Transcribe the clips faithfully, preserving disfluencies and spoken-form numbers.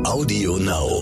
Audio Now.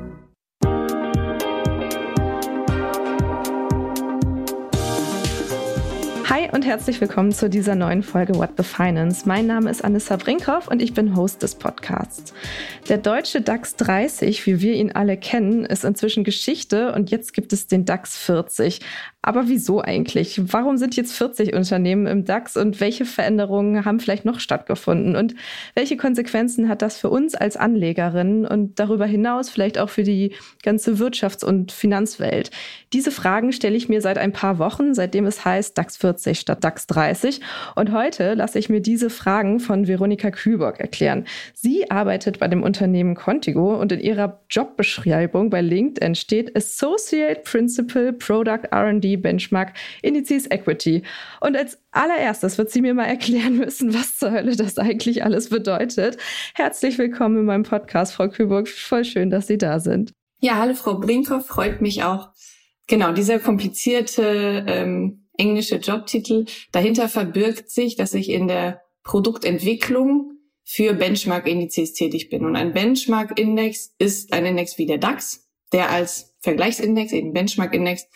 Hi und herzlich willkommen zu dieser neuen Folge What the Finance. Mein Name ist Anissa Brinkhoff und ich bin Host des Podcasts. Der deutsche DAX dreißig, wie wir ihn alle kennen, ist inzwischen Geschichte und jetzt gibt es den DAX vierzig. Aber wieso eigentlich? Warum sind jetzt vierzig Unternehmen im DAX und welche Veränderungen haben vielleicht noch stattgefunden? Und welche Konsequenzen hat das für uns als Anlegerinnen und darüber hinaus vielleicht auch für die ganze Wirtschafts- und Finanzwelt? Diese Fragen stelle ich mir seit ein paar Wochen, seitdem es heißt DAX vierzig statt DAX dreißig. Und heute lasse ich mir diese Fragen von Veronika Kühlbock erklären. Sie arbeitet bei dem Unternehmen Qontigo und in ihrer Jobbeschreibung bei LinkedIn steht Associate Principal Product R and D Benchmark Indizes Equity. Und als allererstes wird sie mir mal erklären müssen, was zur Hölle das eigentlich alles bedeutet. Herzlich willkommen in meinem Podcast, Frau Kühlbock. Voll schön, dass Sie da sind. Ja, hallo Frau Brinkhoff, freut mich auch. Genau, dieser komplizierte ähm, englische Jobtitel, dahinter verbirgt sich, dass ich in der Produktentwicklung für Benchmark-Indizes tätig bin. Und ein Benchmark-Index ist ein Index wie der DAX, der als Vergleichsindex, eben Benchmark-Index,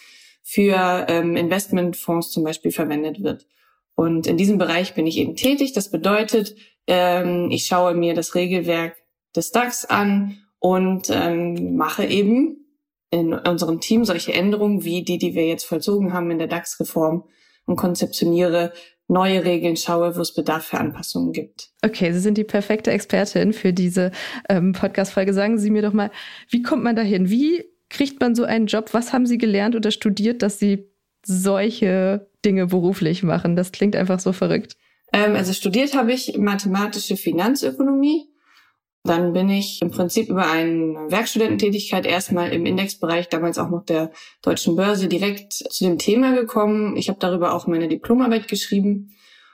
für ähm, Investmentfonds zum Beispiel verwendet wird. Und in diesem Bereich bin ich eben tätig. Das bedeutet, ähm, ich schaue mir das Regelwerk des DAX an und ähm, mache eben in unserem Team solche Änderungen wie die, die wir jetzt vollzogen haben in der DAX-Reform und konzeptioniere neue Regeln, schaue, wo es Bedarf für Anpassungen gibt. Okay, Sie sind die perfekte Expertin für diese ähm, Podcast-Folge. Sagen Sie mir doch mal, wie kommt man dahin? Wie kriegt man so einen Job? Was haben Sie gelernt oder studiert, dass Sie solche Dinge beruflich machen? Das klingt einfach so verrückt. Ähm, also studiert habe ich mathematische Finanzökonomie. Dann bin ich im Prinzip über eine Werkstudententätigkeit erstmal im Indexbereich, damals auch noch der Deutschen Börse, direkt zu dem Thema gekommen. Ich habe darüber auch meine Diplomarbeit geschrieben.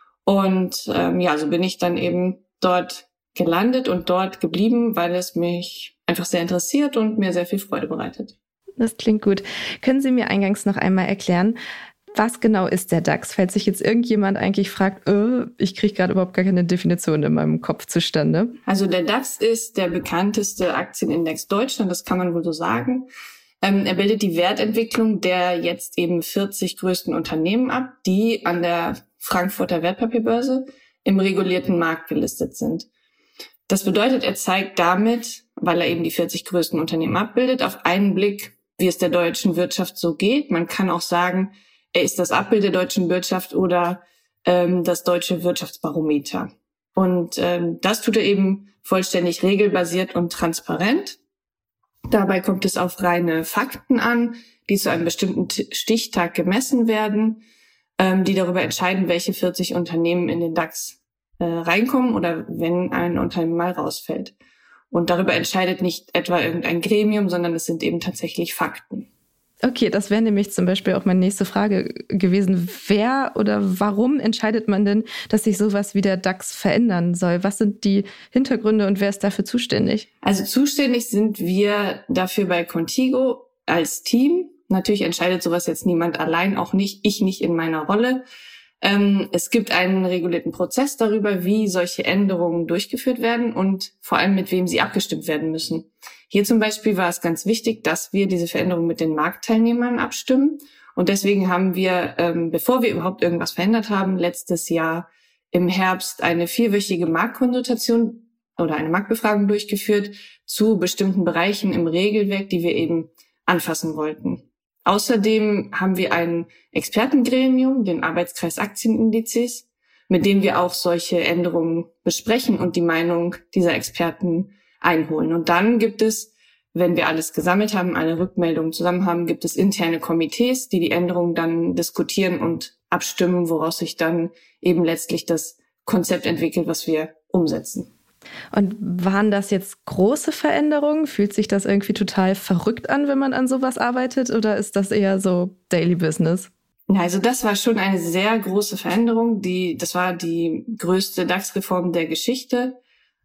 Und ähm, ja, so bin ich dann eben dort gelandet und dort geblieben, weil es mich einfach sehr interessiert und mir sehr viel Freude bereitet. Das klingt gut. Können Sie mir eingangs noch einmal erklären, was genau ist der DAX? Falls sich jetzt irgendjemand eigentlich fragt, äh, ich kriege gerade überhaupt gar keine Definition in meinem Kopf zustande. Also der DAX ist der bekannteste Aktienindex Deutschland, das kann man wohl so sagen. Ähm, er bildet die Wertentwicklung der jetzt eben vierzig größten Unternehmen ab, die an der Frankfurter Wertpapierbörse im regulierten Markt gelistet sind. Das bedeutet, er zeigt damit, weil er eben die vierzig größten Unternehmen abbildet, auf einen Blick, wie es der deutschen Wirtschaft so geht. Man kann auch sagen, er ist das Abbild der deutschen Wirtschaft oder ähm, das deutsche Wirtschaftsbarometer. Und ähm, das tut er eben vollständig regelbasiert und transparent. Dabei kommt es auf reine Fakten an, die zu einem bestimmten Stichtag gemessen werden, ähm, die darüber entscheiden, welche vierzig Unternehmen in den DAX äh, reinkommen oder wenn ein Unternehmen mal rausfällt. Und darüber entscheidet nicht etwa irgendein Gremium, sondern es sind eben tatsächlich Fakten. Okay, das wäre nämlich zum Beispiel auch meine nächste Frage gewesen. Wer oder warum entscheidet man denn, dass sich sowas wie der DAX verändern soll? Was sind die Hintergründe und wer ist dafür zuständig? Also zuständig sind wir dafür bei Qontigo als Team. Natürlich entscheidet sowas jetzt niemand allein, auch nicht ich nicht in meiner Rolle. Ähm, es gibt einen regulierten Prozess darüber, wie solche Änderungen durchgeführt werden und vor allem mit wem sie abgestimmt werden müssen. Hier zum Beispiel war es ganz wichtig, dass wir diese Veränderung mit den Marktteilnehmern abstimmen. Und deswegen haben wir, ähm, bevor wir überhaupt irgendwas verändert haben, letztes Jahr im Herbst eine vierwöchige Marktkonsultation oder eine Marktbefragung durchgeführt zu bestimmten Bereichen im Regelwerk, die wir eben anfassen wollten. Außerdem haben wir ein Expertengremium, den Arbeitskreis Aktienindizes, mit dem wir auch solche Änderungen besprechen und die Meinung dieser Experten einholen. Und dann gibt es, wenn wir alles gesammelt haben, alle Rückmeldungen zusammen haben, gibt es interne Komitees, die die Änderungen dann diskutieren und abstimmen, woraus sich dann eben letztlich das Konzept entwickelt, was wir umsetzen. Und waren das jetzt große Veränderungen? Fühlt sich das irgendwie total verrückt an, wenn man an sowas arbeitet? Oder ist das eher so Daily Business? Also das war schon eine sehr große Veränderung. Die, das war die größte DAX-Reform der Geschichte.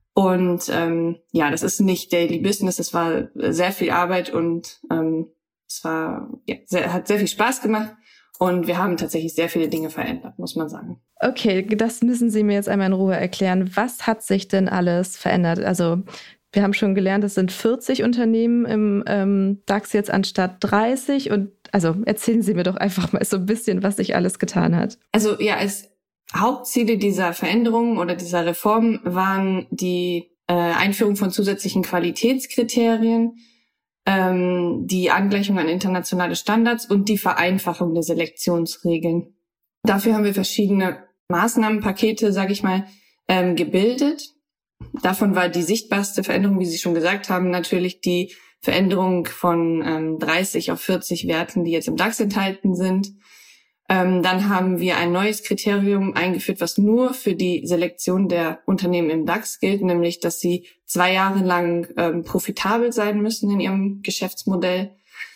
Und ähm, ja, das ist nicht Daily Business. Es war sehr viel Arbeit und ähm, es war ja, sehr, hat sehr viel Spaß gemacht. Und wir haben tatsächlich sehr viele Dinge verändert, muss man sagen. Okay, das müssen Sie mir jetzt einmal in Ruhe erklären. Was hat sich denn alles verändert? Also Wir haben schon gelernt, es sind vierzig Unternehmen im ähm, DAX jetzt anstatt dreißig. Und also erzählen Sie mir doch einfach mal so ein bisschen, was sich alles getan hat. Also ja, als Hauptziele dieser Veränderungen oder dieser Reform waren die äh, Einführung von zusätzlichen Qualitätskriterien, ähm, die Angleichung an internationale Standards und die Vereinfachung der Selektionsregeln. Dafür haben wir verschiedene Maßnahmenpakete, sage ich mal, ähm, gebildet. Davon war die sichtbarste Veränderung, wie Sie schon gesagt haben, natürlich die Veränderung von ähm, dreißig auf vierzig Werten, die jetzt im DAX enthalten sind. Ähm, dann haben wir ein neues Kriterium eingeführt, was nur für die Selektion der Unternehmen im DAX gilt, nämlich, dass sie zwei Jahre lang ähm, profitabel sein müssen in ihrem Geschäftsmodell.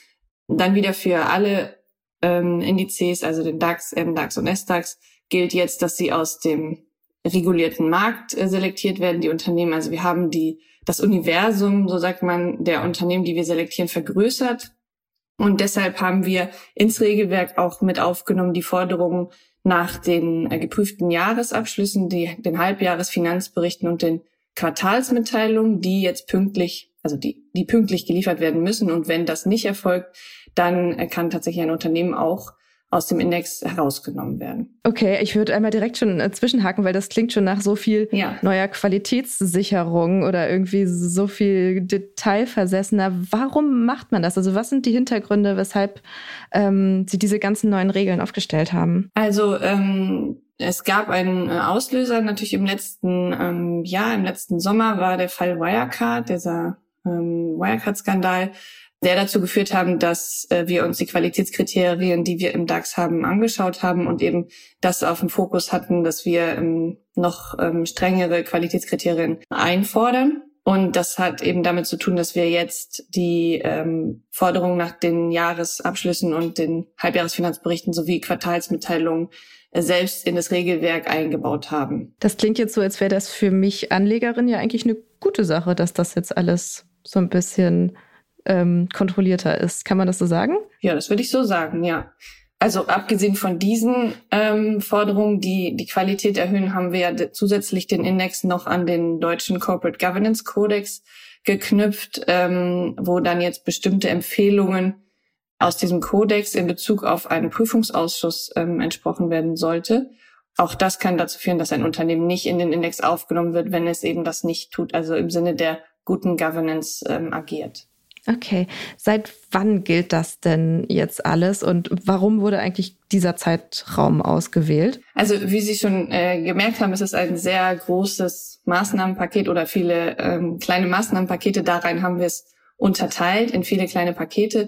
Dann wieder für alle ähm, Indizes, also den DAX, M DAX und S DAX, gilt jetzt, dass sie aus dem regulierten Markt äh, selektiert werden, die Unternehmen. Also wir haben die das Universum, so sagt man, der Unternehmen, die wir selektieren, vergrößert. Und deshalb haben wir ins Regelwerk auch mit aufgenommen die Forderungen nach den äh, geprüften Jahresabschlüssen, die, den Halbjahresfinanzberichten und den Quartalsmitteilungen, die jetzt pünktlich, also die, die pünktlich geliefert werden müssen. Und wenn das nicht erfolgt, dann äh, kann tatsächlich ein Unternehmen auch aus dem Index herausgenommen werden. Okay, ich würde einmal direkt schon äh, zwischenhaken, weil das klingt schon nach so viel ja. neuer Qualitätssicherung oder irgendwie so viel detailversessener. Warum macht man das? Also was sind die Hintergründe, weshalb ähm, Sie diese ganzen neuen Regeln aufgestellt haben? Also ähm, es gab einen Auslöser natürlich im letzten ähm, Jahr, im letzten Sommer war der Fall Wirecard, dieser ähm, Wirecard-Skandal, der dazu geführt haben, dass äh, wir uns die Qualitätskriterien, die wir im DAX haben, angeschaut haben und eben das auf dem Fokus hatten, dass wir ähm, noch ähm, strengere Qualitätskriterien einfordern. Und das hat eben damit zu tun, dass wir jetzt die ähm, Forderungen nach den Jahresabschlüssen und den Halbjahresfinanzberichten sowie Quartalsmitteilungen äh, selbst in das Regelwerk eingebaut haben. Das klingt jetzt so, als wäre das für mich Anlegerin ja eigentlich eine gute Sache, dass das jetzt alles so ein bisschen ähm, kontrollierter ist. Kann man das so sagen? Ja, das würde ich so sagen, ja. Also abgesehen von diesen ähm, Forderungen, die die Qualität erhöhen, haben wir ja d- zusätzlich den Index noch an den deutschen Corporate Governance Codex geknüpft, ähm, wo dann jetzt bestimmte Empfehlungen aus diesem Kodex in Bezug auf einen Prüfungsausschuss ähm, entsprochen werden sollte. Auch das kann dazu führen, dass ein Unternehmen nicht in den Index aufgenommen wird, wenn es eben das nicht tut, also im Sinne der guten Governance ähm, agiert. Okay. Seit wann gilt das denn jetzt alles und warum wurde eigentlich dieser Zeitraum ausgewählt? Also wie Sie schon äh, gemerkt haben, ist es ein sehr großes Maßnahmenpaket oder viele ähm, kleine Maßnahmenpakete. Darein haben wir es unterteilt in viele kleine Pakete,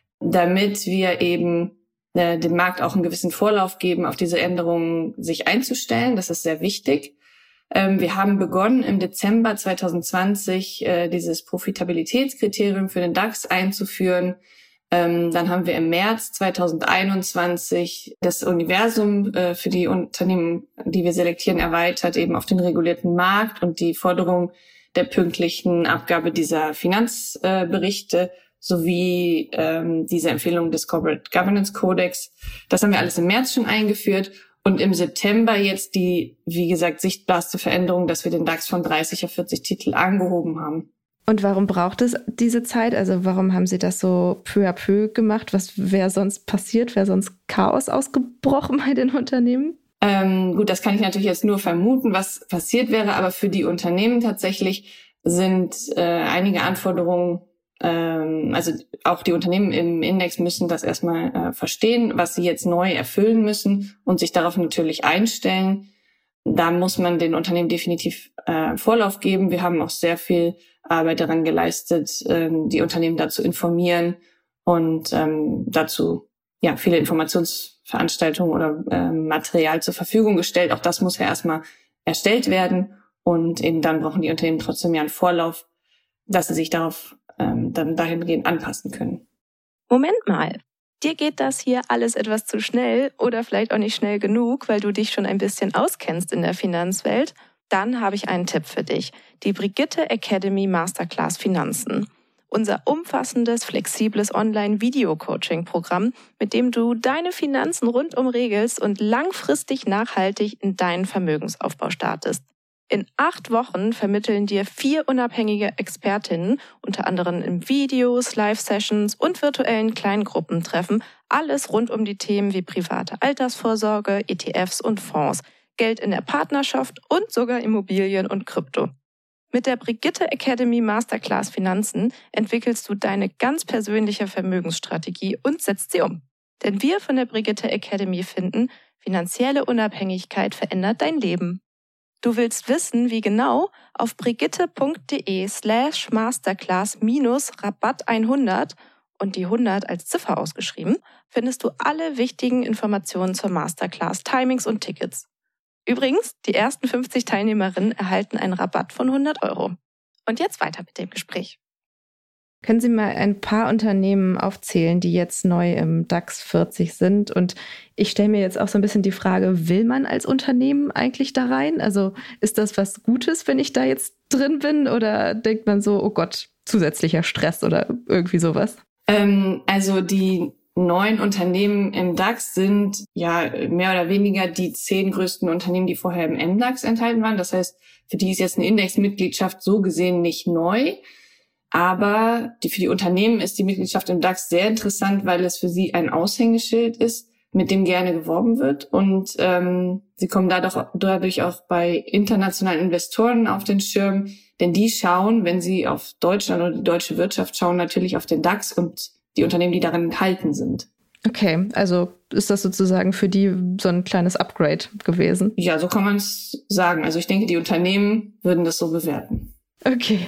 damit wir eben äh, dem Markt auch einen gewissen Vorlauf geben, auf diese Änderungen sich einzustellen. Das ist sehr wichtig. Ähm, wir haben begonnen im Dezember zwanzig zwanzig äh, dieses Profitabilitätskriterium für den DAX einzuführen. Ähm, dann haben wir im März zwanzig einundzwanzig das Universum äh, für die Unternehmen, die wir selektieren, erweitert eben auf den regulierten Markt und die Forderung der pünktlichen Abgabe dieser Finanzberichte äh, sowie ähm, diese Empfehlung des Corporate Governance Codex. Das haben wir alles im März schon eingeführt. Und im September jetzt die, wie gesagt, sichtbarste Veränderung, dass wir den DAX von dreißig auf vierzig Titel angehoben haben. Und warum braucht es diese Zeit? Also warum haben Sie das so peu à peu gemacht? Was wäre sonst passiert? Wäre sonst Chaos ausgebrochen bei den Unternehmen? Ähm, gut, das kann ich natürlich jetzt nur vermuten, was passiert wäre. Aber für die Unternehmen tatsächlich sind äh, einige Anforderungen, ähm, also auch die Unternehmen im Index müssen das erstmal äh, verstehen, was sie jetzt neu erfüllen müssen und sich darauf natürlich einstellen. Da muss man den Unternehmen definitiv äh, Vorlauf geben. Wir haben auch sehr viel Arbeit daran geleistet, ähm, die Unternehmen dazu informieren und ähm, dazu ja viele Informationsveranstaltungen oder ähm, Material zur Verfügung gestellt. Auch das muss ja erstmal erstellt werden und eben dann brauchen die Unternehmen trotzdem ja einen Vorlauf, dass sie sich darauf ähm, dann dahingehend anpassen können. Moment mal. Dir geht das hier alles etwas zu schnell oder vielleicht auch nicht schnell genug, weil du dich schon ein bisschen auskennst in der Finanzwelt? Dann habe ich einen Tipp für dich. Die Brigitte Academy Masterclass Finanzen. Unser umfassendes, flexibles Online-Video-Coaching-Programm, mit dem du deine Finanzen rundum regelst und langfristig nachhaltig in deinen Vermögensaufbau startest. In acht Wochen vermitteln dir vier unabhängige Expertinnen, unter anderem in Videos, Live-Sessions und virtuellen Kleingruppentreffen, alles rund um die Themen wie private Altersvorsorge, E T Fs und Fonds, Geld in der Partnerschaft und sogar Immobilien und Krypto. Mit der Brigitte Academy Masterclass Finanzen entwickelst du deine ganz persönliche Vermögensstrategie und setzt sie um. Denn wir von der Brigitte Academy finden, finanzielle Unabhängigkeit verändert dein Leben. Du willst wissen, wie genau? Auf brigitte.de slash masterclass minus Rabatt hundert und die hundert als Ziffer ausgeschrieben, findest du alle wichtigen Informationen zur Masterclass, Timings und Tickets. Übrigens, die ersten fünfzig Teilnehmerinnen erhalten einen Rabatt von hundert Euro. Und jetzt weiter mit dem Gespräch. Können Sie mal ein paar Unternehmen aufzählen, die jetzt neu im DAX vierzig sind? Und ich stelle mir jetzt auch so ein bisschen die Frage, will man als Unternehmen eigentlich da rein? Also ist das was Gutes, wenn ich da jetzt drin bin? Oder denkt man so, oh Gott, zusätzlicher Stress oder irgendwie sowas? Ähm, also die neuen Unternehmen im DAX sind ja mehr oder weniger die zehn größten Unternehmen, die vorher im M DAX enthalten waren. Das heißt, für die ist jetzt eine Indexmitgliedschaft so gesehen nicht neu. Aber die, für die Unternehmen ist die Mitgliedschaft im DAX sehr interessant, weil es für sie ein Aushängeschild ist, mit dem gerne geworben wird. Und ähm, sie kommen dadurch, dadurch auch bei internationalen Investoren auf den Schirm. Denn die schauen, wenn sie auf Deutschland oder die deutsche Wirtschaft schauen, natürlich auf den DAX und die Unternehmen, die darin enthalten sind. Okay, also ist das sozusagen für die so ein kleines Upgrade gewesen? Ja, so kann man es sagen. Also ich denke, die Unternehmen würden das so bewerten. Okay.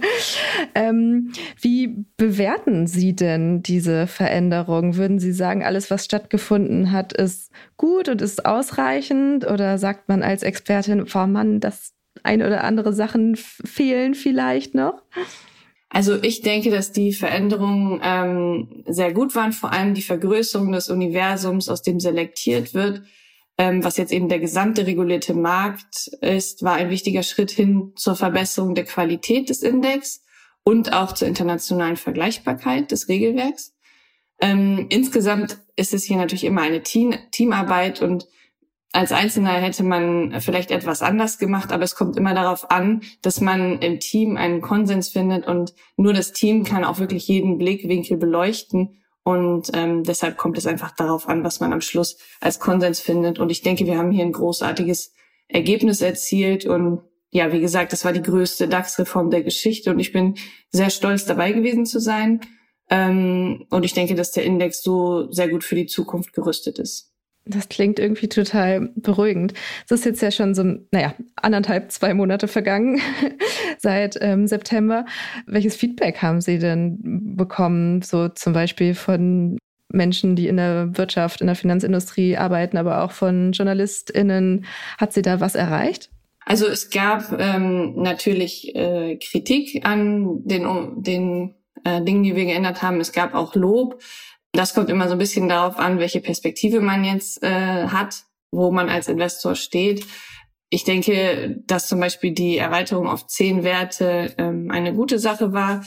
ähm, wie bewerten Sie denn diese Veränderung? Würden Sie sagen, alles, was stattgefunden hat, ist gut und ist ausreichend? Oder sagt man als Expertin, oh Mann, das ein oder andere Sachen fehlen vielleicht noch? Also ich denke, dass die Veränderungen ähm, sehr gut waren, vor allem die Vergrößerung des Universums, aus dem selektiert wird. Ähm, was jetzt eben der gesamte regulierte Markt ist, war ein wichtiger Schritt hin zur Verbesserung der Qualität des Index und auch zur internationalen Vergleichbarkeit des Regelwerks. Ähm, insgesamt ist es hier natürlich immer eine Team- Teamarbeit und als Einzelner hätte man vielleicht etwas anders gemacht, aber es kommt immer darauf an, dass man im Team einen Konsens findet und nur das Team kann auch wirklich jeden Blickwinkel beleuchten. Und ähm, deshalb kommt es einfach darauf an, was man am Schluss als Konsens findet. Und ich denke, wir haben hier ein großartiges Ergebnis erzielt. Und ja, wie gesagt, das war die größte DAX-Reform der Geschichte. Und ich bin sehr stolz, dabei gewesen zu sein. Ähm, und ich denke, dass der Index so sehr gut für die Zukunft gerüstet ist. Das klingt irgendwie total beruhigend. Es ist jetzt ja schon so, naja, anderthalb, zwei Monate vergangen seit ähm, September. Welches Feedback haben Sie denn bekommen, so zum Beispiel von Menschen, die in der Wirtschaft, in der Finanzindustrie arbeiten, aber auch von JournalistInnen? Hat Sie da was erreicht? Also es gab ähm, natürlich äh, Kritik an den, um, den äh, Dingen, die wir geändert haben. Es gab auch Lob. Das kommt immer so ein bisschen darauf an, welche Perspektive man jetzt äh, hat, wo man als Investor steht. Ich denke, dass zum Beispiel die Erweiterung auf zehn Werte ähm, eine gute Sache war.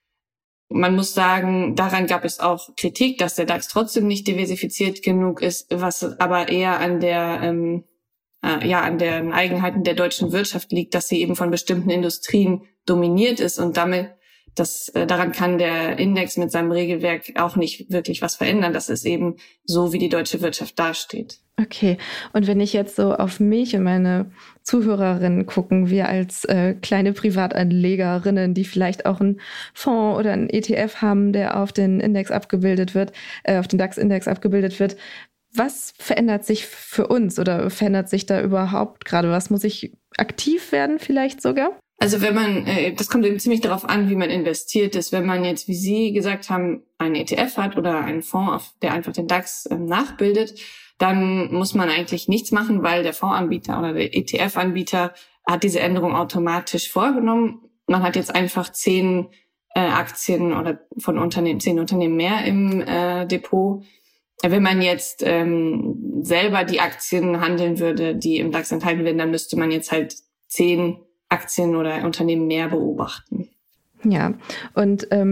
Man muss sagen, daran gab es auch Kritik, dass der DAX trotzdem nicht diversifiziert genug ist, was aber eher an der ähm, äh, ja an den Eigenheiten der deutschen Wirtschaft liegt, dass sie eben von bestimmten Industrien dominiert ist und damit Das, äh, daran kann der Index mit seinem Regelwerk auch nicht wirklich was verändern. Das ist eben so, wie die deutsche Wirtschaft dasteht. Okay, und wenn ich jetzt so auf mich und meine Zuhörerinnen gucken, wir als äh, kleine Privatanlegerinnen, die vielleicht auch einen Fonds oder einen E T F haben, der auf den Index abgebildet wird, äh, auf den DAX-Index abgebildet wird, was verändert sich für uns oder verändert sich da überhaupt gerade? Was muss ich aktiv werden vielleicht sogar? Also wenn man, äh, das kommt eben ziemlich darauf an, wie man investiert ist. Wenn man jetzt, wie Sie gesagt haben, einen E T F hat oder einen Fonds, der einfach den DAX äh, nachbildet, dann muss man eigentlich nichts machen, weil der Fondsanbieter oder der E T F-Anbieter hat diese Änderung automatisch vorgenommen. Man hat jetzt einfach zehn äh, Aktien oder von Unternehmen, zehn Unternehmen mehr im äh, Depot. Wenn man jetzt ähm, selber die Aktien handeln würde, die im DAX enthalten werden, dann müsste man jetzt halt zehn Aktien oder Unternehmen mehr beobachten. Ja, und ähm,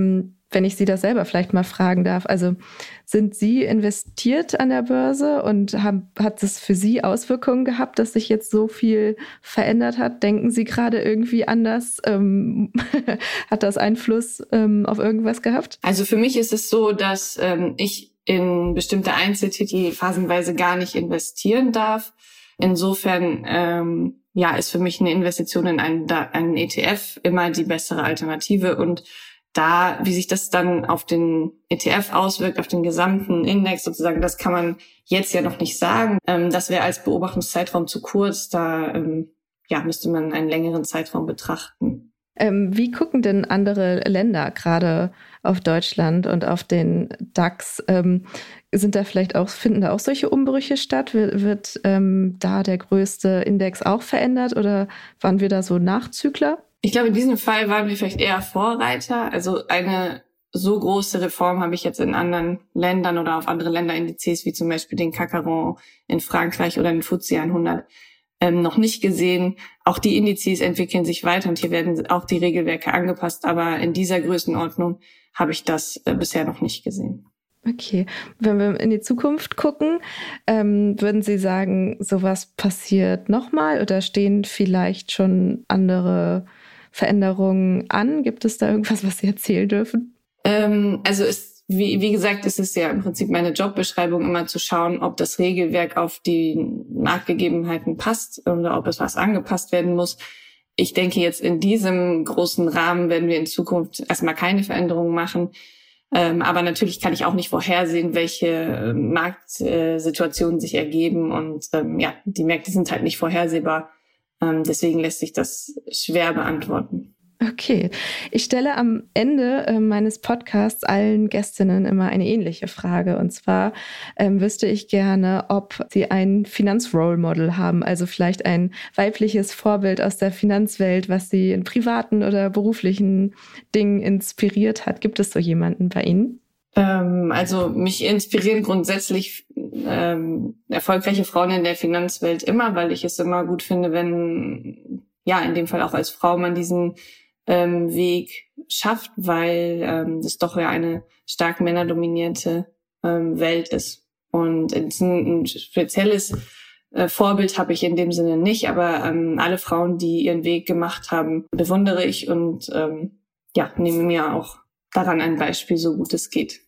wenn ich Sie das selber vielleicht mal fragen darf, also sind Sie investiert an der Börse und haben, hat es für Sie Auswirkungen gehabt, dass sich jetzt so viel verändert hat? Denken Sie gerade irgendwie anders? Ähm, hat das Einfluss ähm, auf irgendwas gehabt? Also für mich ist es so, dass ähm, ich in bestimmte Einzeltitel phasenweise gar nicht investieren darf. Insofern ähm, ja, ist für mich eine Investition in einen, einen E T F immer die bessere Alternative. Und da, wie sich das dann auf den E T F auswirkt, auf den gesamten Index sozusagen, das kann man jetzt ja noch nicht sagen. Ähm, das wäre als Beobachtungszeitraum zu kurz. Da ähm, ja, müsste man einen längeren Zeitraum betrachten. Ähm, wie gucken denn andere Länder gerade auf Deutschland und auf den DAX? Ähm, sind da vielleicht auch, finden da auch solche Umbrüche statt? Wird, wird ähm, da der größte Index auch verändert oder waren wir da so Nachzügler? Ich glaube, in diesem Fall waren wir vielleicht eher Vorreiter. Also eine so große Reform habe ich jetzt in anderen Ländern oder auf andere Länderindizes, wie zum Beispiel den C A C quarante in Frankreich oder den F T S E hundert, ähm, noch nicht gesehen. Auch die Indizes entwickeln sich weiter und hier werden auch die Regelwerke angepasst. Aber in dieser Größenordnung habe ich das äh, bisher noch nicht gesehen. Okay, wenn wir in die Zukunft gucken, ähm, würden Sie sagen, sowas passiert nochmal oder stehen vielleicht schon andere Veränderungen an? Gibt es da irgendwas, was Sie erzählen dürfen? Ähm, also ist, wie, wie gesagt, ist es ja im Prinzip meine Jobbeschreibung, immer zu schauen, ob das Regelwerk auf die Marktgegebenheiten passt oder ob es was angepasst werden muss. Ich denke, jetzt in diesem großen Rahmen werden wir in Zukunft erstmal keine Veränderungen machen. Ähm, aber natürlich kann ich auch nicht vorhersehen, welche äh, Marktsituationen sich ergeben. Und ähm, ja, die Märkte sind halt nicht vorhersehbar. Ähm, deswegen lässt sich das schwer beantworten. Okay, ich stelle am Ende äh, meines Podcasts allen Gästinnen immer eine ähnliche Frage. Und zwar ähm, wüsste ich gerne, ob Sie ein Finanzrole Model haben, also vielleicht ein weibliches Vorbild aus der Finanzwelt, was Sie in privaten oder beruflichen Dingen inspiriert hat. Gibt es so jemanden bei Ihnen? Ähm, also mich inspirieren grundsätzlich ähm, erfolgreiche Frauen in der Finanzwelt immer, weil ich es immer gut finde, wenn, ja, in dem Fall auch als Frau man diesen ähm, Weg schafft, weil ähm, das doch ja eine stark männerdominierte ähm, Welt ist. Und ein, ein spezielles äh, Vorbild habe ich in dem Sinne nicht, aber ähm, alle Frauen, die ihren Weg gemacht haben, bewundere ich und ähm, ja, nehme mir auch daran ein Beispiel, so gut es geht.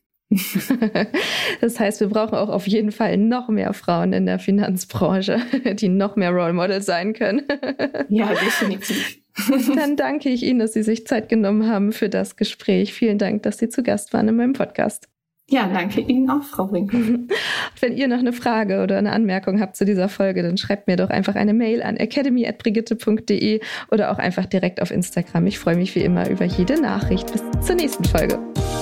Das heißt, wir brauchen auch auf jeden Fall noch mehr Frauen in der Finanzbranche, die noch mehr Role Models sein können. Ja, definitiv. Dann danke ich Ihnen, dass Sie sich Zeit genommen haben für das Gespräch. Vielen Dank, dass Sie zu Gast waren in meinem Podcast. Ja, danke Ihnen auch, Frau Brinker. Wenn ihr noch eine Frage oder eine Anmerkung habt zu dieser Folge, dann schreibt mir doch einfach eine Mail an academy at brigitte punkt de oder auch einfach direkt auf Instagram. Ich freue mich wie immer über jede Nachricht. Bis zur nächsten Folge.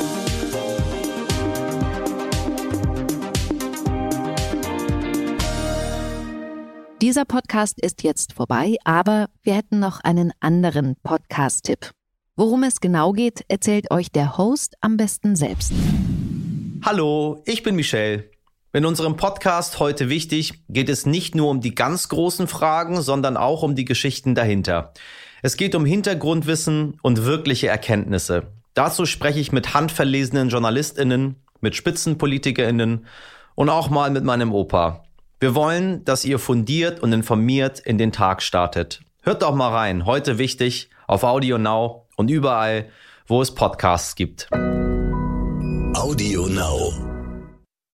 Dieser Podcast ist jetzt vorbei, aber wir hätten noch einen anderen Podcast-Tipp. Worum es genau geht, erzählt euch der Host am besten selbst. Hallo, ich bin Michel. In unserem Podcast Heute Wichtig geht es nicht nur um die ganz großen Fragen, sondern auch um die Geschichten dahinter. Es geht um Hintergrundwissen und wirkliche Erkenntnisse. Dazu spreche ich mit handverlesenen JournalistInnen, mit SpitzenpolitikerInnen und auch mal mit meinem Opa. Wir wollen, dass ihr fundiert und informiert in den Tag startet. Hört doch mal rein, Heute Wichtig, auf Audio Now und überall, wo es Podcasts gibt. Audio Now.